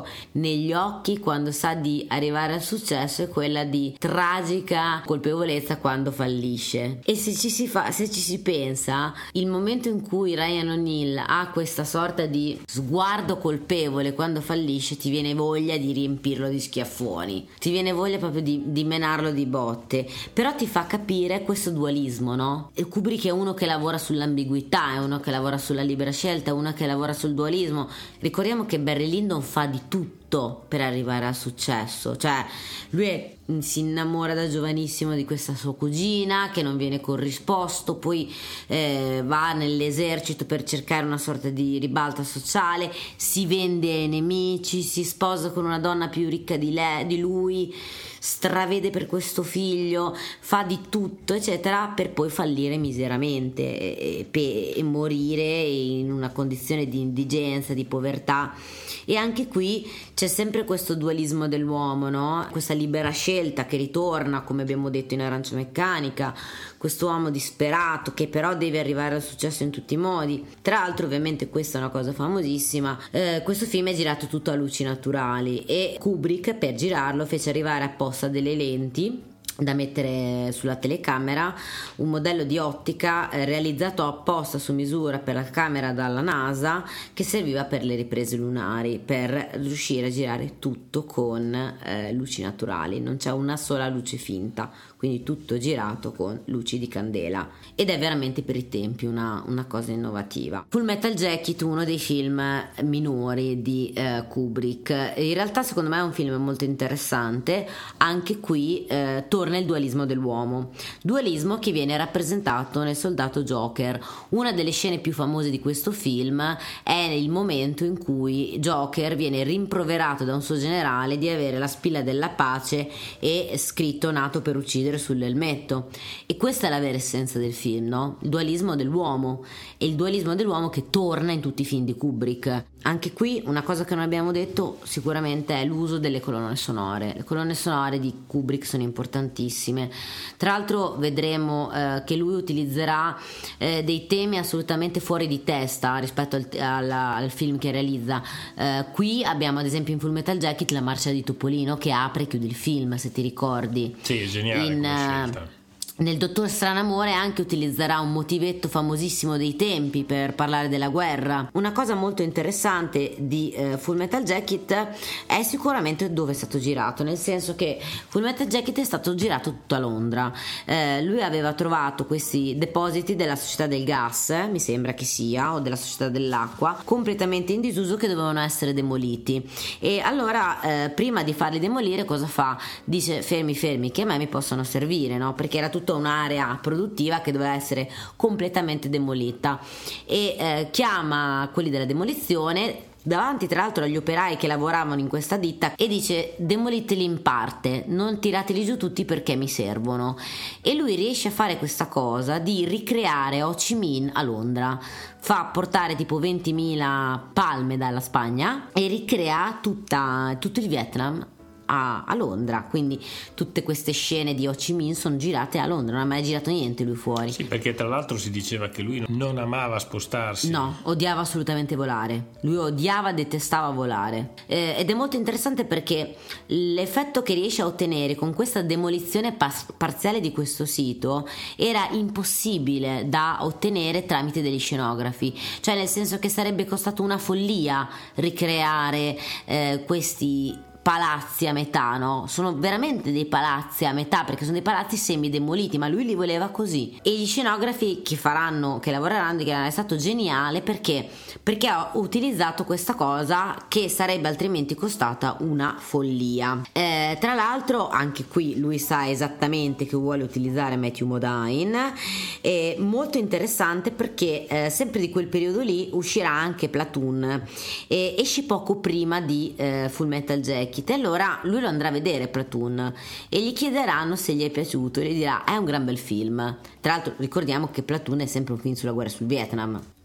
proprio negli occhi quando sa di arrivare al successo è quella di tragica colpevolezza quando fallisce. E se ci si fa, se ci si pensa, il momento in cui Ryan O'Neal ha questa sorta di sguardo colpevole quando fallisce, ti viene voglia di riempirlo di schiaffoni, ti viene voglia proprio di, di menarlo di botte. Però ti fa capire questo dualismo, no? E Kubrick è uno che lavora sull'ambiguità, è uno che lavora sulla libera scelta, è uno che lavora sul dualismo. Ricordiamo che Barry Lyndon fa di tutto per arrivare al successo, cioè lui è, si innamora da giovanissimo di questa sua cugina che non viene corrisposto, poi eh, va nell'esercito per cercare una sorta di ribalta sociale, si vende ai nemici, si sposa con una donna più ricca di, lei, di lui, stravede per questo figlio, fa di tutto eccetera, per poi fallire miseramente e, e, e morire in una condizione di indigenza, di povertà. E anche qui c'è sempre questo dualismo dell'uomo, no? Questa libera scelta che ritorna, come abbiamo detto in Arancia Meccanica, questo uomo disperato che però deve arrivare al successo in tutti i modi. Tra l'altro, ovviamente, questa è una cosa famosissima, eh, questo film è girato tutto a luci naturali e Kubrick per girarlo fece arrivare apposta delle lenti da mettere sulla telecamera, un modello di ottica eh, realizzato apposta su misura per la camera dalla NASA, che serviva per le riprese lunari, per riuscire a girare tutto con eh, luci naturali, non c'è una sola luce finta, quindi tutto girato con luci di candela, ed è veramente per i tempi una, una cosa innovativa. Full Metal Jacket, uno dei film minori di eh, Kubrick, in realtà secondo me è un film molto interessante. Anche qui eh, torna il dualismo dell'uomo, dualismo che viene rappresentato nel Soldato Joker. Una delle scene più famose di questo film è il momento in cui Joker viene rimproverato da un suo generale di avere la spilla della pace e scritto nato per uccidere sull'elmetto, e questa è la vera essenza del film, no? Il dualismo dell'uomo, e il dualismo dell'uomo che torna in tutti i film di Kubrick. Anche qui una cosa che non abbiamo detto sicuramente è l'uso delle colonne sonore. Le colonne sonore di Kubrick sono importantissime. Tra l'altro vedremo eh, che lui utilizzerà eh, dei temi assolutamente fuori di testa rispetto al, alla, al film che realizza. Eh, qui abbiamo ad esempio in Full Metal Jacket la marcia di Topolino che apre e chiude il film, se ti ricordi. Sì, è geniale in, come scelta. Nel Dottor Stranamore anche utilizzerà un motivetto famosissimo dei tempi per parlare della guerra. Una cosa molto interessante di eh, Full Metal Jacket è sicuramente dove è stato girato, nel senso che Full Metal Jacket è stato girato tutto a Londra. Eh, lui aveva trovato questi depositi della società del gas, mi sembra che sia, o della società dell'acqua, completamente in disuso, che dovevano essere demoliti. E allora eh, prima di farli demolire cosa fa? Dice fermi fermi che a me mi possono servire, no? Perché era tutto un'area produttiva che doveva essere completamente demolita, e eh, chiama quelli della demolizione davanti tra l'altro agli operai che lavoravano in questa ditta e dice: demoliteli in parte, non tirateli giù tutti perché mi servono. E lui riesce a fare questa cosa di ricreare Ho Chi Minh a Londra, fa portare tipo ventimila palme dalla Spagna e ricrea tutta, tutto il Vietnam A, a Londra. Quindi tutte queste scene di Ho Chi Minh sono girate a Londra, non ha mai girato niente lui fuori. Sì, perché tra l'altro si diceva che lui non amava spostarsi. No, odiava assolutamente volare. Lui odiava, detestava volare. Eh, ed è molto interessante perché l'effetto che riesce a ottenere con questa demolizione pas- parziale di questo sito era impossibile da ottenere tramite degli scenografi, cioè nel senso che sarebbe costato una follia ricreare eh, questi palazzi a metà, no? Sono veramente dei palazzi a metà, perché sono dei palazzi semi demoliti, ma lui li voleva così. E gli scenografi che faranno, che lavoreranno, che è stato geniale perché perché ha utilizzato questa cosa che sarebbe altrimenti costata una follia. Eh, tra l'altro anche qui lui sa esattamente che vuole utilizzare Matthew Modine. È molto interessante perché eh, sempre di quel periodo lì uscirà anche Platoon, e esce poco prima di eh, Full Metal Jacket. E allora lui lo andrà a vedere Platoon e gli chiederanno se gli è piaciuto e gli dirà: è un gran bel film. Tra l'altro ricordiamo che Platoon è sempre un film sulla guerra sul Vietnam.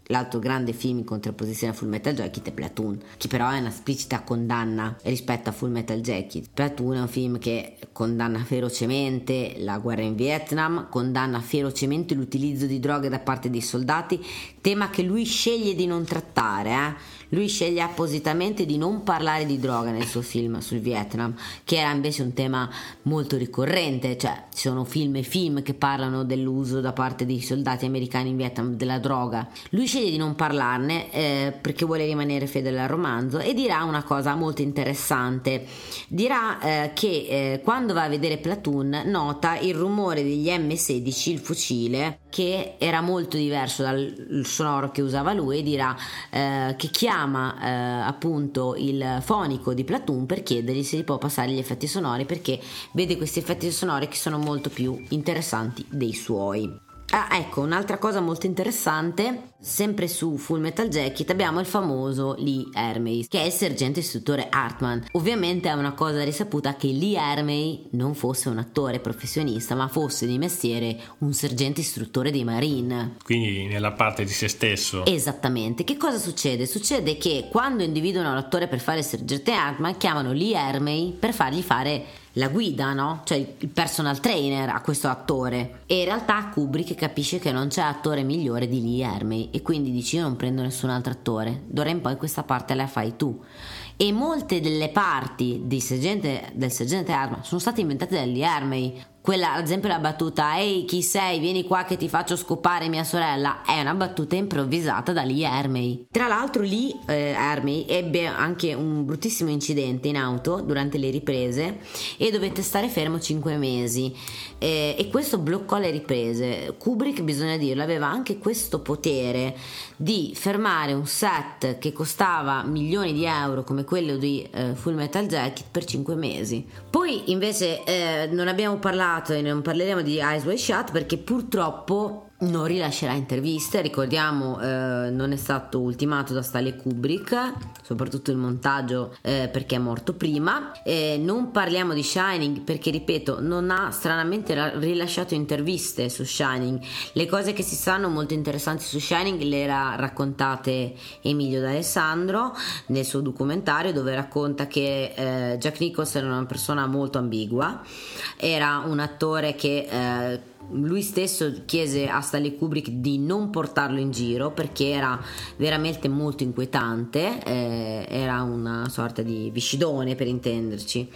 L'altro grande film in contrapposizione a Full Metal Jacket è Platoon, che però è una esplicita condanna rispetto a Full Metal Jacket. Platoon è un film che condanna ferocemente la guerra in Vietnam, condanna ferocemente l'utilizzo di droghe da parte dei soldati, tema che lui sceglie di non trattare, eh? Lui sceglie appositamente di non parlare di droga nel suo film sul Vietnam, che era invece un tema molto ricorrente, cioè ci sono film e film che parlano dell'uso da parte dei soldati americani in Vietnam della droga. Lui sceglie di non parlarne eh, perché vuole rimanere fedele al romanzo, e dirà una cosa molto interessante. Dirà eh, che eh, quando va a vedere Platoon nota il rumore degli emme sedici, il fucile, che era molto diverso dal sonoro che usava lui, e dirà eh, che chiama eh, appunto il fonico di Platoon per chiedergli se gli può passare gli effetti sonori, perché vede questi effetti sonori che sono molto più interessanti dei suoi. Ah, ecco, un'altra cosa molto interessante, sempre su Full Metal Jacket abbiamo il famoso Lee Ermey, che è il sergente istruttore Hartman. Ovviamente è una cosa risaputa che Lee Ermey non fosse un attore professionista, ma fosse di mestiere un sergente istruttore dei Marine. Quindi nella parte di se stesso. Esattamente. Che cosa succede? Succede che quando individuano l'attore per fare il sergente Hartman, chiamano Lee Ermey per fargli fare la guida, no? Cioè il personal trainer a questo attore. E in realtà Kubrick capisce che non c'è attore migliore di Lee Ermey, e quindi dice: io non prendo nessun altro attore, d'ora in poi questa parte la fai tu. E molte delle parti di sergente, del sergente Hartman sono state inventate da Lee Ermey. Quella, ad esempio, la battuta "Ehi, chi sei? Vieni qua che ti faccio scopare mia sorella", è una battuta improvvisata da Lee Ermey. Tra l'altro Lee eh, Ermey ebbe anche un bruttissimo incidente in auto durante le riprese e dovette stare fermo cinque mesi, eh, e questo bloccò le riprese. Kubrick, bisogna dirlo, aveva anche questo potere di fermare un set che costava milioni di euro come quello di eh, Full Metal Jacket per cinque mesi. Poi invece eh, non abbiamo parlato e non parleremo di Eyes Wide Shut perché purtroppo non rilascerà interviste. Ricordiamo eh, non è stato ultimato da Stanley Kubrick, soprattutto il montaggio, eh, perché è morto prima. Eh, non parliamo di Shining perché, ripeto, non ha stranamente ra- rilasciato interviste su Shining. Le cose che si sanno molto interessanti su Shining le era raccontate Emilio D'Alessandro nel suo documentario, dove racconta che eh, Jack Nicholson era una persona molto ambigua, era un attore che eh, lui stesso chiese a Stanley Kubrick di non portarlo in giro perché era veramente molto inquietante, eh, era una sorta di viscidone, per intenderci.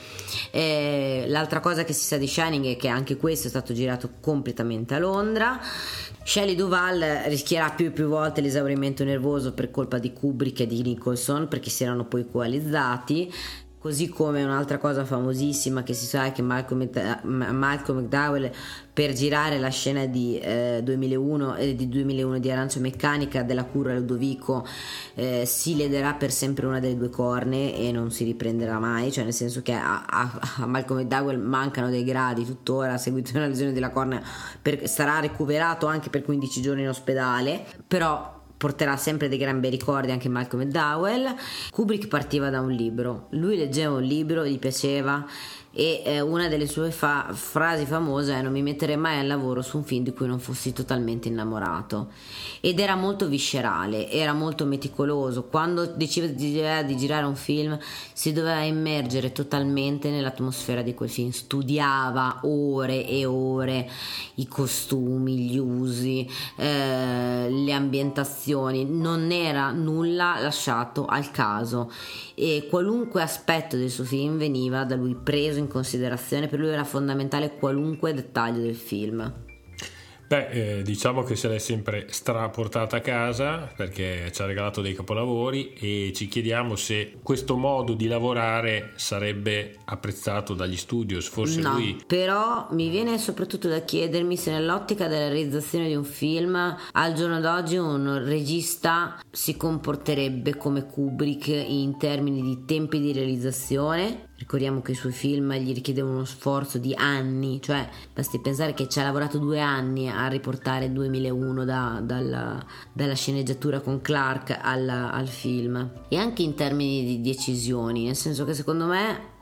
Eh, l'altra cosa che si sa di Shining è che anche questo è stato girato completamente a Londra. Shelley Duvall rischierà più e più volte l'esaurimento nervoso per colpa di Kubrick e di Nicholson, perché si erano poi coalizzati. Così come un'altra cosa famosissima che si sa è che Malcolm, Malcolm McDowell, per girare la scena di, eh, duemilauno, eh, di duemilauno di Arancia Meccanica della curva Ludovico, eh, si lederà per sempre una delle due cornee e non si riprenderà mai, cioè nel senso che a, a, a Malcolm McDowell mancano dei gradi tuttora a seguito di una lesione della cornea, per, sarà recuperato anche per quindici giorni in ospedale, però porterà sempre dei gran bei ricordi anche Malcolm McDowell. Kubrick partiva da un libro, lui leggeva un libro, gli piaceva, e eh, una delle sue fa- frasi famose è: non mi metterei mai al lavoro su un film di cui non fossi totalmente innamorato. Ed era molto viscerale, era molto meticoloso. Quando diceva di, eh, di girare un film si doveva immergere totalmente nell'atmosfera di quel film, studiava ore e ore i costumi, gli usi, eh, le ambientazioni, non era nulla lasciato al caso, e qualunque aspetto del suo film veniva da lui preso in considerazione. Per lui era fondamentale qualunque dettaglio del film. Beh, eh, diciamo che se l'è sempre straportata a casa perché ci ha regalato dei capolavori, e ci chiediamo se questo modo di lavorare sarebbe apprezzato dagli studios. Forse no, lui... però mi viene soprattutto da chiedermi se nell'ottica della realizzazione di un film al giorno d'oggi un regista si comporterebbe come Kubrick in termini di tempi di realizzazione. Ricordiamo che i suoi film gli richiedevano uno sforzo di anni, cioè basti pensare che ci ha lavorato due anni a riportare duemilauno da, dalla, dalla sceneggiatura con Clark al, al film. E anche in termini di decisioni, nel senso che secondo me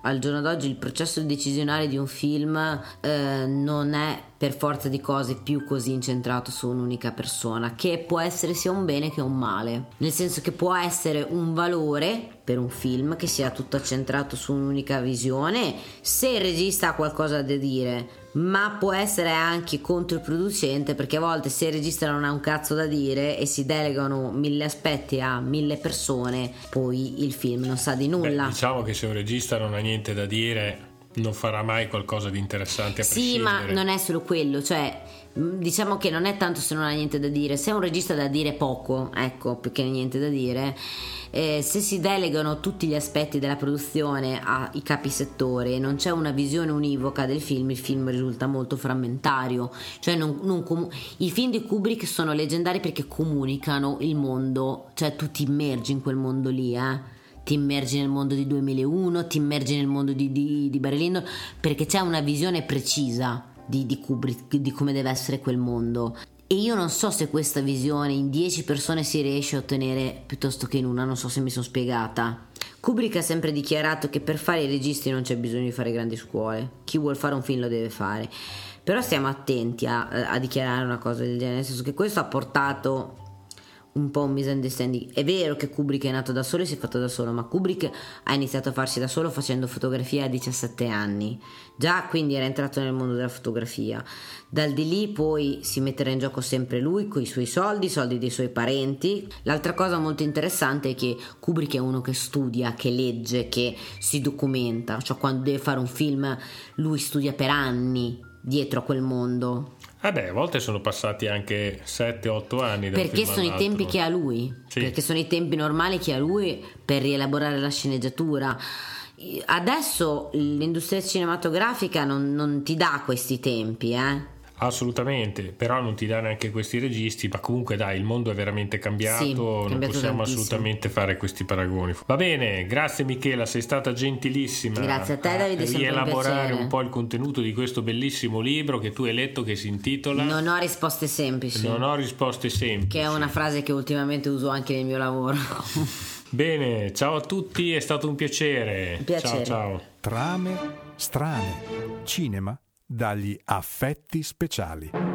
al giorno d'oggi il processo decisionale di un film eh, non è per forza di cose più così incentrato su un'unica persona, che può essere sia un bene che un male, nel senso che può essere un valore per un film che sia tutto accentrato su un'unica visione se il regista ha qualcosa da dire, ma può essere anche controproducente, perché a volte se il regista non ha un cazzo da dire e si delegano mille aspetti a mille persone, poi il film non sa di nulla. Beh, diciamo che se un regista non ha niente da dire non farà mai qualcosa di interessante a prescindere. Sì, ma non è solo quello, cioè diciamo che non è tanto se non ha niente da dire, se un regista ha da dire poco, ecco, più che niente da dire, eh, se si delegano tutti gli aspetti della produzione ai capi settore e non c'è una visione univoca del film, il film risulta molto frammentario, cioè non, non com- i film di Kubrick sono leggendari perché comunicano il mondo, cioè tu ti immergi in quel mondo lì, eh ti immergi nel mondo di duemilauno, ti immergi nel mondo di, di, di Barry Lyndon, perché c'è una visione precisa di, di Kubrick, di come deve essere quel mondo, e io non so se questa visione in dieci persone si riesce a ottenere piuttosto che in una, non so se mi sono spiegata. Kubrick ha sempre dichiarato che per fare i registi non c'è bisogno di fare grandi scuole, chi vuol fare un film lo deve fare, però stiamo attenti a, a dichiarare una cosa del genere, nel senso che questo ha portato un po' un misunderstanding. È vero che Kubrick è nato da solo e si è fatto da solo, ma Kubrick ha iniziato a farsi da solo facendo fotografia a diciassette anni, già, quindi era entrato nel mondo della fotografia. Dal di lì poi si metterà in gioco sempre lui, con i suoi soldi, i soldi dei suoi parenti. L'altra cosa molto interessante è che Kubrick è uno che studia, che legge, che si documenta, cioè quando deve fare un film lui studia per anni dietro a quel mondo. Eh beh, a volte sono passati anche sette otto anni da perché sono i tempi che ha lui, sì. Perché sono i tempi normali che ha lui per rielaborare la sceneggiatura. Adesso l'industria cinematografica non, non ti dà questi tempi, eh assolutamente, però non ti dà neanche questi registi, ma comunque dai, il mondo è veramente cambiato, sì, non cambiato possiamo tantissimo. assolutamente fare questi paragoni. Va bene, grazie Michela, sei stata gentilissima. Grazie a te, Davide, a sempre un rielaborare piacere. un po' il contenuto di questo bellissimo libro che tu hai letto, che si intitola Non ho risposte semplici, Non ho risposte semplici, che è una frase che ultimamente uso anche nel mio lavoro. Bene, ciao a tutti, è stato un piacere. Un piacere. Ciao ciao. Trame strane. Cinema dagli affetti speciali.